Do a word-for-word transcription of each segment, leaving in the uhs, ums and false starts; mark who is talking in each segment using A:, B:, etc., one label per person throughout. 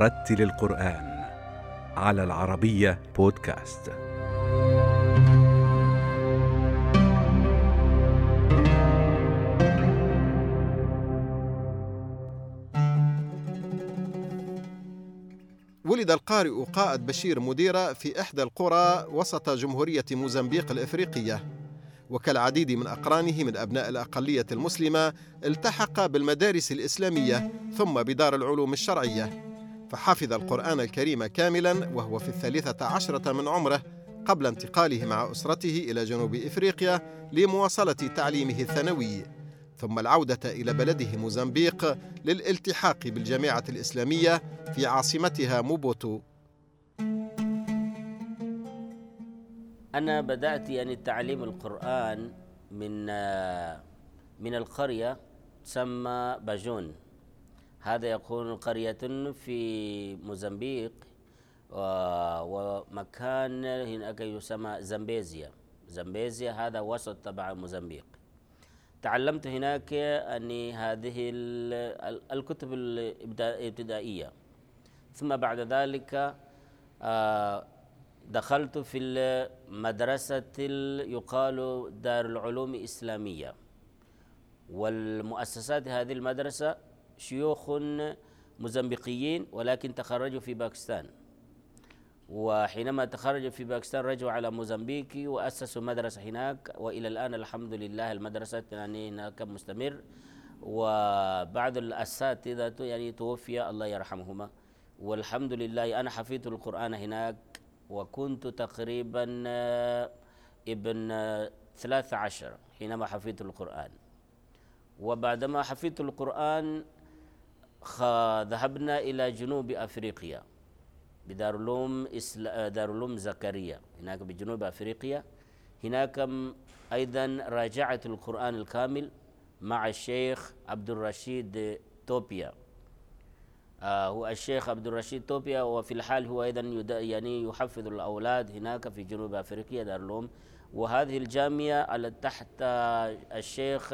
A: رتل القرآن على العربية بودكاست.
B: ولد القارئ قائد بشير مديرة في إحدى القرى وسط جمهورية موزمبيق الإفريقية، وكالعديد من أقرانه من أبناء الأقلية المسلمة التحق بالمدارس الإسلامية ثم بدار العلوم الشرعية، فحفظ القرآن الكريم كاملا وهو في الثالثة عشرة من عمره قبل انتقاله مع أسرته إلى جنوب إفريقيا لمواصلة تعليمه الثانوي، ثم العودة إلى بلده موزمبيق للالتحاق بالجامعة الإسلامية في عاصمتها موبوتو.
C: أنا بدأت يعني تعليم القرآن من من القرية تسمى باجون. هذا يكون قرية في موزمبيق ومكان هناك يسمى زامبيزيا. زامبيزيا هذا وسط تبع موزمبيق. تعلمت هناك أني هذه الكتب الابتدائية، ثم بعد ذلك دخلت في المدرسة يقال دار العلوم الإسلامية، والمؤسسات هذه المدرسة شيوخ موزمبيقيين ولكن تخرجوا في باكستان، وحينما تخرجوا في باكستان رجعوا على موزمبيق وأسسوا مدرسة هناك، وإلى الآن الحمد لله المدرسة يعني هناك مستمر. وبعض الأساتذة يعني توفي الله يرحمهما، والحمد لله أنا حفظت القرآن هناك، وكنت تقريبا ابن ثلاثة عشر حينما حفظت القرآن. وبعدما حفظت القرآن ذهبنا إلى جنوب أفريقيا بدار العلوم دار العلوم زكريا هناك بجنوب أفريقيا. هناك أيضا راجعت القرآن الكامل مع الشيخ عبد الرشيد توبيا. آه هو الشيخ عبد الرشيد توبيا، وفي الحال هو أيضا يعني يحفظ الأولاد هناك في جنوب أفريقيا دار العلوم. وهذه الجامعة على تحت الشيخ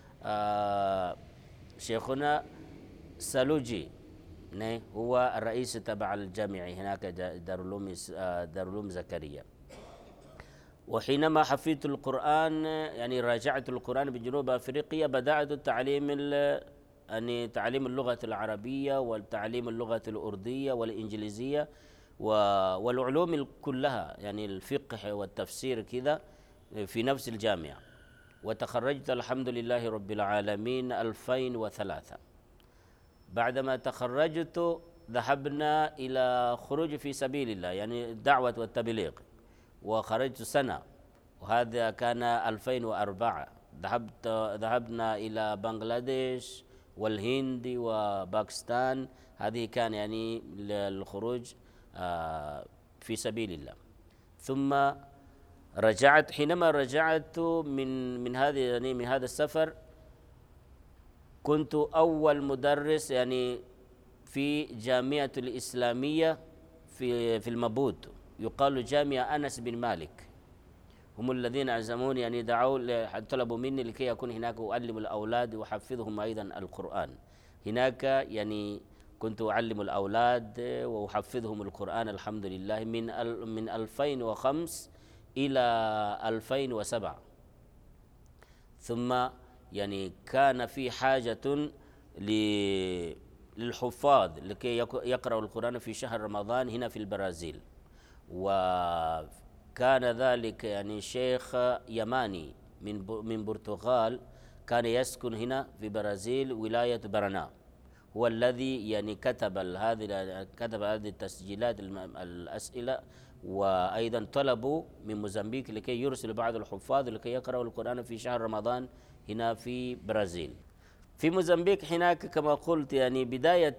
C: آه شيخنا سالوجي، هو الرئيس تبع الجامعة هناك دار العلوم دار العلوم زكريا. وحينما حفظت القرآن يعني راجعت القرآن بجنوب أفريقيا، بدأت تعليم يعني تعليم اللغة العربية وتعليم اللغة الأردية والإنجليزية والعلوم كلها، يعني الفقه والتفسير كذا في نفس الجامعة. وتخرجت الحمد لله رب العالمين ألفين وثلاثة. بعدما تخرجت ذهبنا إلى خروج في سبيل الله، يعني الدعوة والتبليغ، وخرجت سنة، وهذا كان ألفين وأربعة. ذهبت ذهبنا إلى بنغلاديش والهند وباكستان. هذه كان يعني الخروج في سبيل الله. ثم رجعت. حينما رجعت من من هذه يعني من هذا السفر، كنت أول مدرس يعني في جامعة الإسلامية في في المبوت، يقال جامعة أنس بن مالك. هم الذين أعزموني يعني دعوا طلبوا مني لكي يكون هناك أعلم الأولاد وأحفظهم أيضا القرآن. هناك يعني كنت أعلم الأولاد وأحفظهم القرآن الحمد لله من من ألفين وخمسة إلى ألفين وسبعة. ثم يعني كان في حاجة للحفاظ لكي يقرأوا القرآن في شهر رمضان هنا في البرازيل، وكان ذلك يعني شيخ يماني من من برتغال كان يسكن هنا في برازيل ولاية برانا، هو الذي يعني كتب هذه كتب هذه التسجيلات الأسئلة، وأيضا طلبوا من موزمبيق لكي يرسل بعض الحفاظ لكي يقرأوا القرآن في شهر رمضان هنا في برازيل. في موزمبيق هناك كما قلت يعني بداية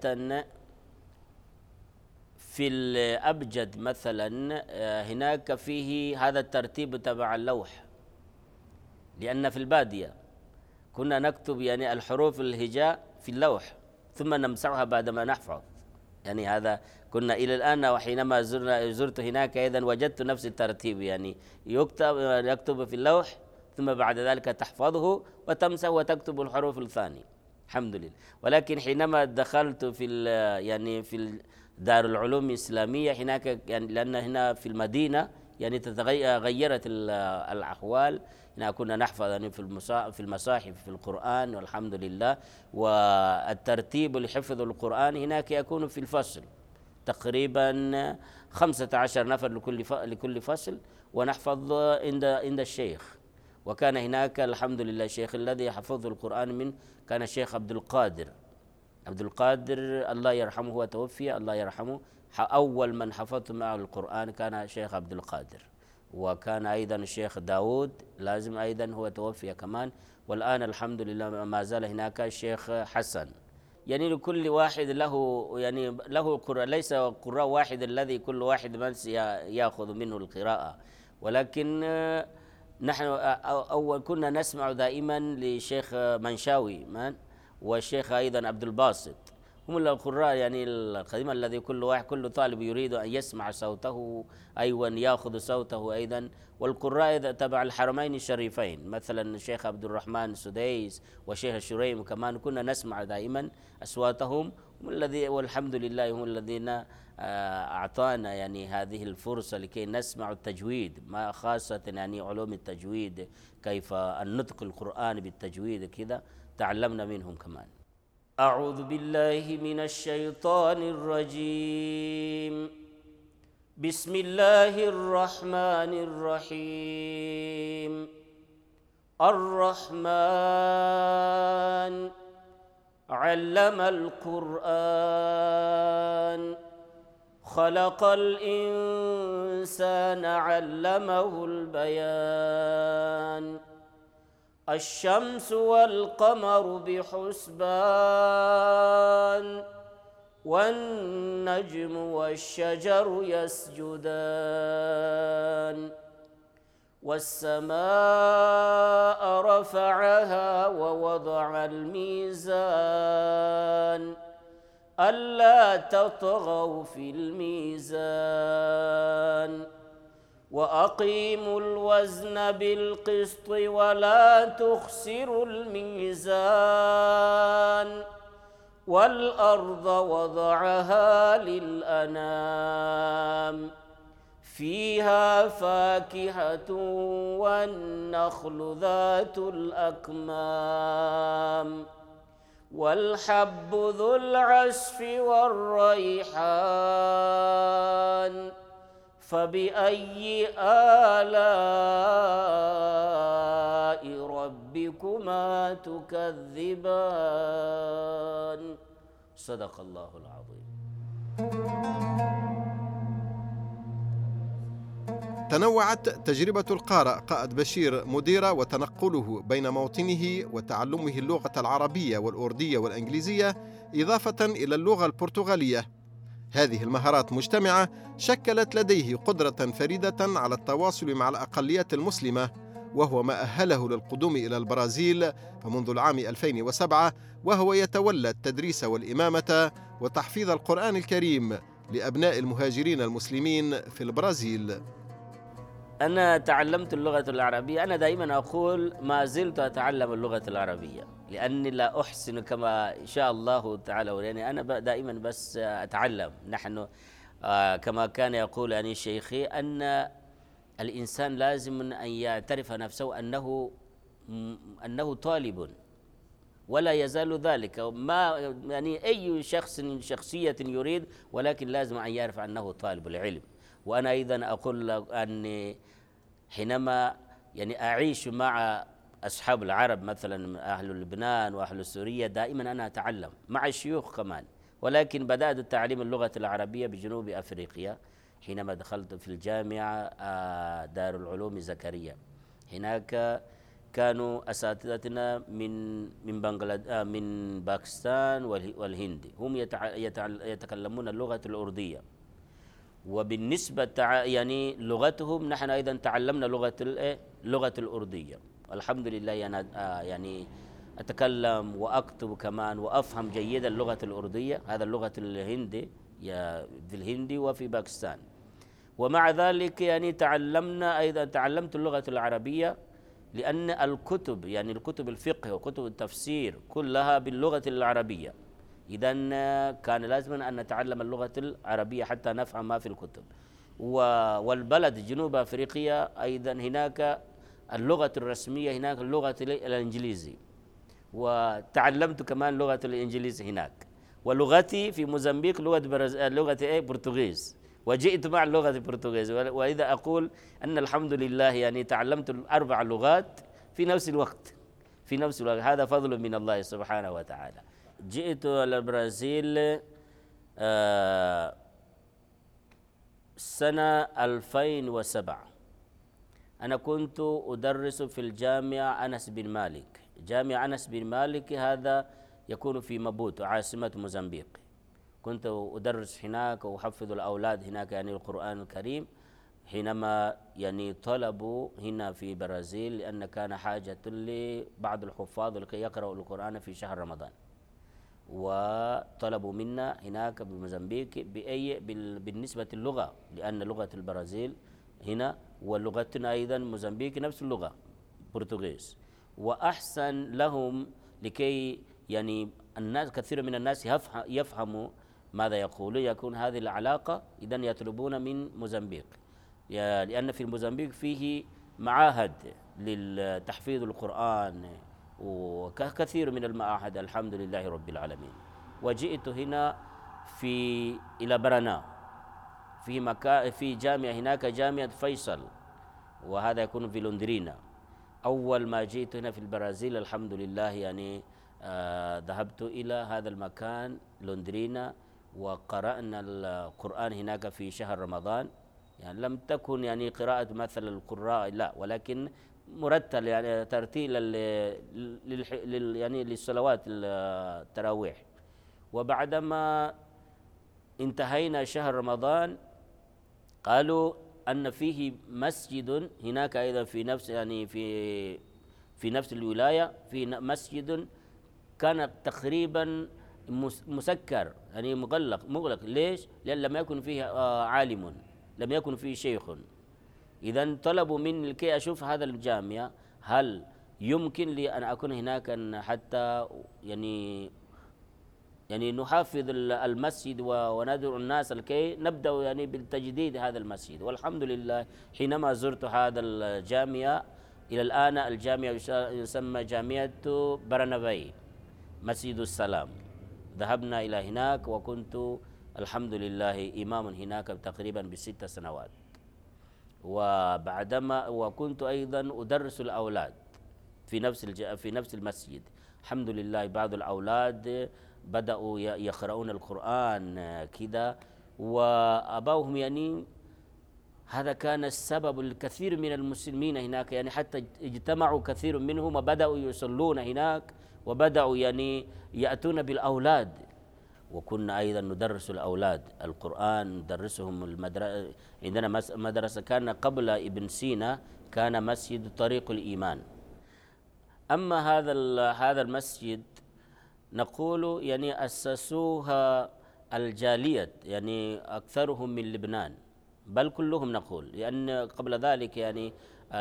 C: في الأبجد مثلا هناك فيه هذا الترتيب تبع اللوح، لأن في البادية كنا نكتب يعني الحروف الهجاء في اللوح ثم نمسحها بعدما نحفظ. يعني هذا كنا إلى الآن، وحينما زرت هناك أيضا وجدت نفس الترتيب، يعني يكتب يكتب في اللوح ثم بعد ذلك تحفظه وتمسح وتكتب الحروف الثانية الحمد لله. ولكن حينما دخلت في يعني في دار العلوم الإسلامية هناك، يعني لأن هنا في المدينة يعني تغيرت الأحوال. هنا كنا نحفظ يعني في في المصاحف في القرآن والحمد لله، والترتيب لحفظ القرآن هناك يكون في الفصل تقريبا خمسة عشر نفر لكل لكل فصل، ونحفظ عند عند الشيخ. وكان هناك الحمد لله الشيخ الذي يحفظ القرآن من كان الشيخ عبد القادر عبد القادر الله يرحمه، هو توفي الله يرحمه. أول من حفظت معه القرآن كان الشيخ عبد القادر، وكان أيضا الشيخ داود لازم أيضا هو توفي كمان. والآن الحمد لله ما زال هناك الشيخ حسن. يعني لكل واحد له يعني له قراء، ليس قراء واحد الذي كل واحد من يأخذ منه القراءة، ولكن نحن أول كنا نسمع دائما لشيخ منشاوي من والشيخ أيضا عبد الباسط، هم القراء يعني القديم الذي كل واحد كل طالب يريد أن يسمع صوته أيضا يأخذ صوته أيضا. والقراء تبع الحرمين الشريفين مثلا الشيخ عبد الرحمن السديس والشيخ الشريم كمان كنا نسمع دائما أصواتهم، الذي والحمد لله هم الذين أعطانا يعني هذه الفرصة لكي نسمع التجويد، ما خاصة يعني علوم التجويد، كيف النطق القرآن بالتجويد كذا تعلمنا منهم كمان. أعوذ بالله من الشيطان الرجيم. بسم الله الرحمن الرحيم. الرحمن علم القرآن خلق الإنسان علمه البيان. الشمس والقمر بحسبان والنجم والشجر يسجدان. والسماء رفعها ووضع الميزان ألا تطغوا في الميزان وأقيموا الوزن بالقسط ولا تخسروا الميزان. والأرض وضعها للأنام فيها فاكهة والنخل ذات الأكمام والحب ذو العصف والريحان. فبأي آلاء ربكما تكذبان. صدق الله العظيم.
B: تنوعت تجربة القارئ قائد بشير مديرة وتنقله بين موطنه وتعلمه اللغة العربية والأردية والإنجليزية إضافة إلى اللغة البرتغالية. هذه المهارات مجتمعة شكلت لديه قدرة فريدة على التواصل مع الأقليات المسلمة، وهو ما أهله للقدوم إلى البرازيل فمنذ العام ألفين وسبعة وهو يتولى التدريس والإمامة وتحفيظ القرآن الكريم لأبناء المهاجرين المسلمين في البرازيل.
C: أنا تعلمت اللغة العربية، أنا دائما أقول ما زلت أتعلم اللغة العربية لأني لا أحسن كما إن شاء الله تعالى، يعني أنا دائما بس أتعلم. نحن آه كما كان يقول يعني شيخي أن الإنسان لازم أن يعترف نفسه أنه أنه طالب ولا يزال ذلك، ما يعني أي شخص شخصية يريد، ولكن لازم أن يعرف أنه طالب العلم. وأنا أيضا أقول أني حينما يعني أعيش مع أصحاب العرب مثلا أهل لبنان وأهل سوريا دائما أنا أتعلم مع الشيوخ كمان، ولكن بدأت تعليم اللغة العربية بجنوب أفريقيا حينما دخلت في الجامعة دار العلوم زكريا. هناك كانوا أساتذتنا من من بنغلاديش من باكستان والهند، هم يتكلمون اللغة الأردية، وبالنسبة يعني لغتهم نحن أيضا تعلمنا لغة اللغة الأردية. الحمد لله أنا يعني أتكلم وأكتب كمان وأفهم جيدا اللغة الأردية، هذا اللغة الهندي في الهندي وفي باكستان. ومع ذلك يعني تعلمنا أيضا تعلمت اللغة العربية لأن الكتب يعني الكتب الفقه وكتب التفسير كلها باللغة العربية. إذن كان لازم أن نتعلم اللغة العربية حتى نفهم ما في الكتب. والبلد جنوب أفريقيا أيضا هناك اللغة الرسمية هناك اللغة الإنجليزي، وتعلمت كمان لغة الإنجليزي هناك. ولغتي في موزمبيق لغة برز... لغة إيه برتغيز، وجئت مع اللغة البرتغيز. وإذا أقول أن الحمد لله يعني تعلمت الأربع لغات في نفس الوقت في نفس الوقت هذا فضل من الله سبحانه وتعالى. جئت إلى البرازيل آه سنة ألفين وسبعة. أنا كنت أدرس في الجامعة أنس بن مالك. جامعة أنس بن مالك هذا يكون في مابوتو عاصمة موزمبيق. كنت أدرس هناك وأحفظ الأولاد هناك يعني القرآن الكريم، حينما يعني طلبوا هنا في البرازيل، لأن كان حاجة لبعض الحفاظ لكي يقرأوا القرآن في شهر رمضان، وطلبوا منا هناك بموزمبيق بأي بالنسبة للغة، لأن لغة البرازيل هنا ولغتنا أيضا موزمبيق نفس اللغة برتغيز. وأحسن لهم لكي يعني الناس كثير من الناس يفهموا ماذا يقولون، يكون هذه العلاقة إذن يطلبون من موزمبيق، لأن في موزمبيق فيه معاهد للتحفيظ القرآن وكثير من المعاهد الحمد لله رب العالمين. وجئت هنا في إلى برانا في مكان في جامعة هناك جامعة فيصل، وهذا يكون في لندرينا. أول ما جئت هنا في البرازيل الحمد لله يعني آه ذهبت إلى هذا المكان لندرينا، وقرأنا القرآن هناك في شهر رمضان. يعني لم تكن يعني قراءة مثل القراء لا، ولكن مرتل يعني ترتيل لل يعني للصلوات التراويح. وبعدما انتهينا شهر رمضان قالوا أن فيه مسجد هناك أيضا في نفس يعني في في نفس الولاية في مسجد كان تقريبا مسكر يعني مغلق مغلق. ليش؟ لأن لم يكن فيه عالم، لم يكن فيه شيخ. إذن طلبوا مني لكي أشوف هذا الجامعة هل يمكن لي أن أكون هناك حتى يعني يعني نحافظ المسجد وندعو الناس لكي نبدأ يعني بالتجديد هذا المسجد. والحمد لله حينما زرت هذا الجامعة إلى الآن الجامعة يسمى جامعة برنابي مسجد السلام. ذهبنا إلى هناك وكنت الحمد لله إمام هناك تقريبا بست سنوات. وبعدما وكنت أيضا أدرس الأولاد في نفس في نفس المسجد. الحمد لله بعض الأولاد بدأوا يقرؤون القرآن كذا، وأباهم يعني هذا كان السبب. الكثير من المسلمين هناك يعني حتى اجتمعوا كثير منهم وبدأوا يصلون هناك، وبدأوا يعني يأتون بالأولاد. وكنا أيضا ندرس الأولاد القرآن، ندرسهم المدرسة. عندنا مدرسة كان قبل ابن سينا كان مسجد طريق الإيمان. أما هذا هذا المسجد نقول يعني أسسوها الجالية يعني أكثرهم من لبنان، بل كلهم نقول، لأن قبل ذلك يعني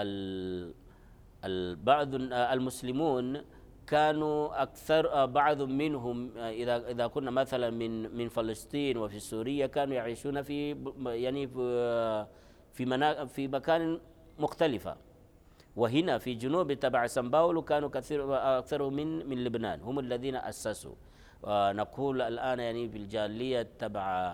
C: بعض المسلمون كانوا أكثر بعض منهم إذا إذا كنا مثلا من من فلسطين وفي سوريا كانوا يعيشون في يعني في منا في مكان مختلفة. وهنا في جنوب تبع سان باولو كانوا كثير أكثر من من لبنان هم الذين أسسوا. نقول الآن يعني في الجالية تبع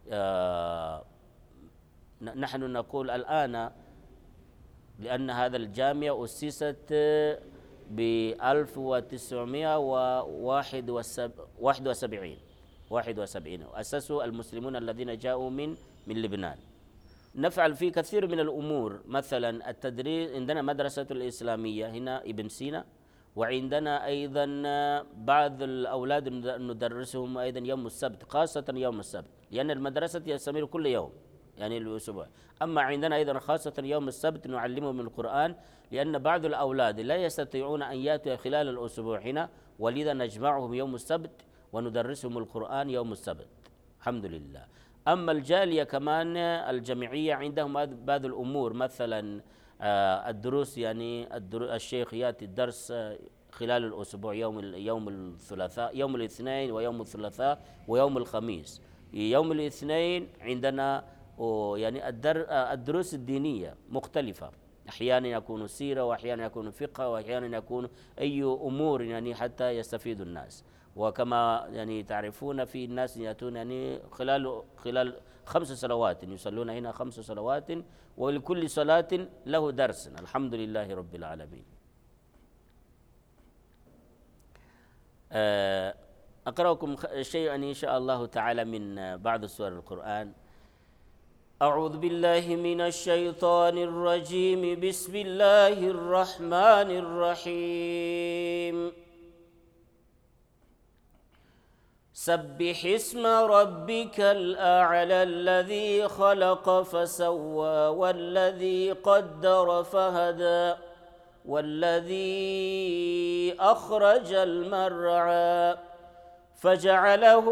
C: نحن نقول الآن لأن هذا الجامعة أسست ب ألف وتسعمائة وواحد وسبعين واحد وسبعين أسسوا المسلمون الذين جاءوا من من لبنان. نفعل في كثير من الأمور، مثلا التدريس عندنا مدرسة الإسلامية هنا ابن سينا، وعندنا أيضا بعض الأولاد ندرسهم أيضا يوم السبت، خاصة يوم السبت لأن المدرسة يستمر كل يوم يعني الأسبوع. أما عندنا أيضا خاصة يوم السبت نعلمهم القرآن، لأن بعض الأولاد لا يستطيعون أن يأتوا خلال الأسبوع هنا، ولذا نجمعهم يوم السبت وندرسهم القرآن يوم السبت الحمد لله. أما الجالية كمان الجمعية عندهم بعض الأمور، مثلا الدروس يعني الشيخ يأتي الدرس خلال الأسبوع، يوم يوم الثلاثاء، يوم الاثنين ويوم الثلاثاء ويوم الخميس. يوم الاثنين عندنا يعني الدروس الدينية مختلفة، أحيانا يكون سيرة، وأحيانا يكون فقه، وأحيانا يكون أي أمور يعني حتى يستفيد الناس. وكما يعني تعرفون في الناس يأتون يعني خلال خلال خمس صلوات يصلون هنا خمس صلوات، ولكل صلاة له درس. الحمد لله رب العالمين. أقرأكم شيئا إن شاء الله تعالى من بعض سور القرآن. أعوذ بالله من الشيطان الرجيم. بسم الله الرحمن الرحيم. سبح اسم ربك الأعلى الذي خلق فسوى والذي قدر فهدى والذي أخرج المرعى فجعله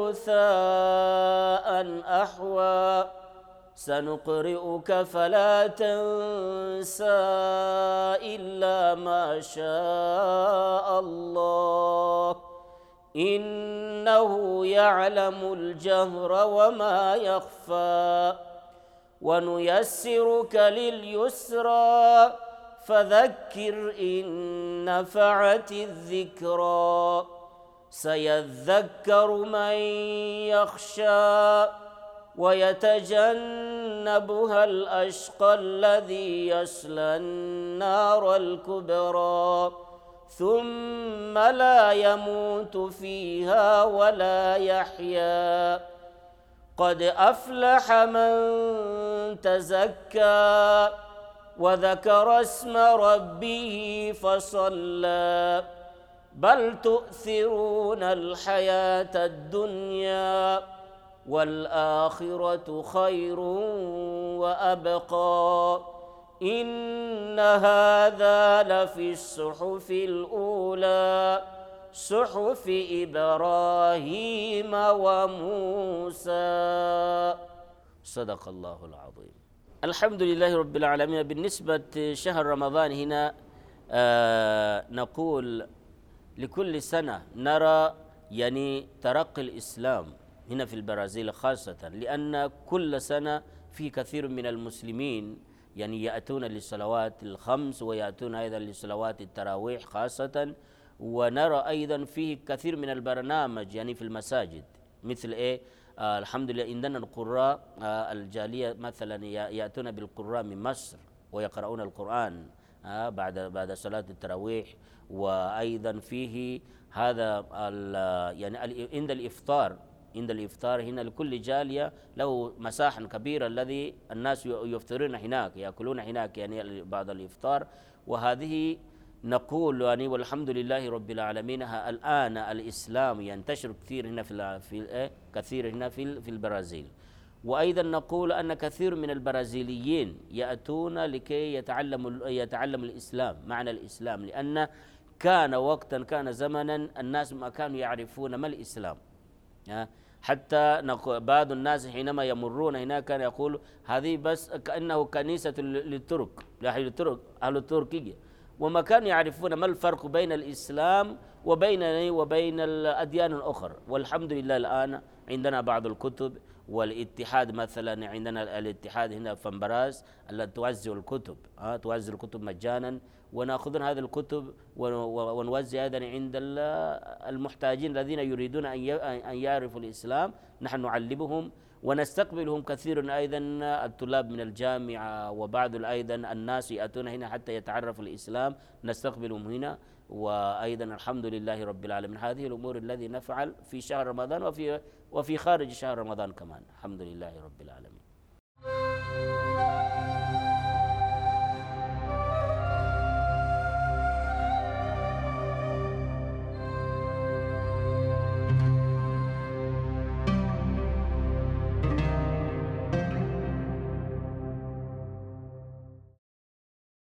C: غثاء أحوى سنقرئك فلا تنسى إلا ما شاء الله إنه يعلم الجهر وما يخفى ونيسرك لليسرى فذكر إن نفعت الذكرى سيذكر من يخشى ويتجنبها الأشقى الذي يصلى النار الكبرى ثم لا يموت فيها ولا يحيا قد أفلح من تزكى وذكر اسم ربه فصلى بل تؤثرون الحياة الدنيا والآخرة خير وأبقى إن هذا لفي الصحف الأولى صحف إبراهيم وموسى. صدق الله العظيم. الحمد لله رب العالمين. بالنسبة شهر رمضان هنا آه نقول لكل سنة نرى يعني ترقي الإسلام هنا في البرازيل خاصة، لأن كل سنة في كثير من المسلمين يعني يأتون للصلوات الخمس ويأتون أيضا لصلوات التراويح خاصة، ونرى أيضا فيه كثير من البرنامج يعني في المساجد مثل إيه آه الحمد لله عندنا القراء آه الجالية مثلا يأتون بالقراء من مصر ويقرؤون القرآن آه بعد بعد صلاة التراويح. وأيضا فيه هذا يعني عند الإفطار عند الإفطار هنا لكل جالية له مساحة كبيرة الذي الناس يفطرون هناك يأكلون هناك يعني بعد الإفطار. وهذه نقول يعني والحمد لله رب العالمين الآن الإسلام ينتشر كثير هنا في في كثير هنا في في البرازيل. وأيضا نقول أن كثير من البرازيليين يأتون لكي يتعلموا يتعلموا الإسلام معنى الإسلام، لأن كان وقتا كان زمنا الناس ما كانوا يعرفون ما الإسلام. حتى بعض الناس حينما يمرون هناك كان يقول هذه بس كأنه كنيسة للترك لأهل الترك أهل التركية، وما كانوا يعرفون ما الفرق بين الإسلام وبين وبين الأديان الأخرى. والحمد لله الآن عندنا بعض الكتب والاتحاد مثلا عندنا الاتحاد هنا في فنبراس التي توزع الكتب ها توزع الكتب مجانا، ونأخذ هذه الكتب ونوزع أيضا عند المحتاجين الذين يريدون أن يعرفوا الإسلام. نحن نعلمهم ونستقبلهم كثير أيضا الطلاب من الجامعة وبعض أيضا الناس يأتون هنا حتى يتعرفوا الإسلام نستقبلهم هنا. وأيضا الحمد لله رب العالمين هذه الأمور التي نفعل في شهر رمضان وفي وفي خارج شهر رمضان كمان الحمد لله رب العالمين.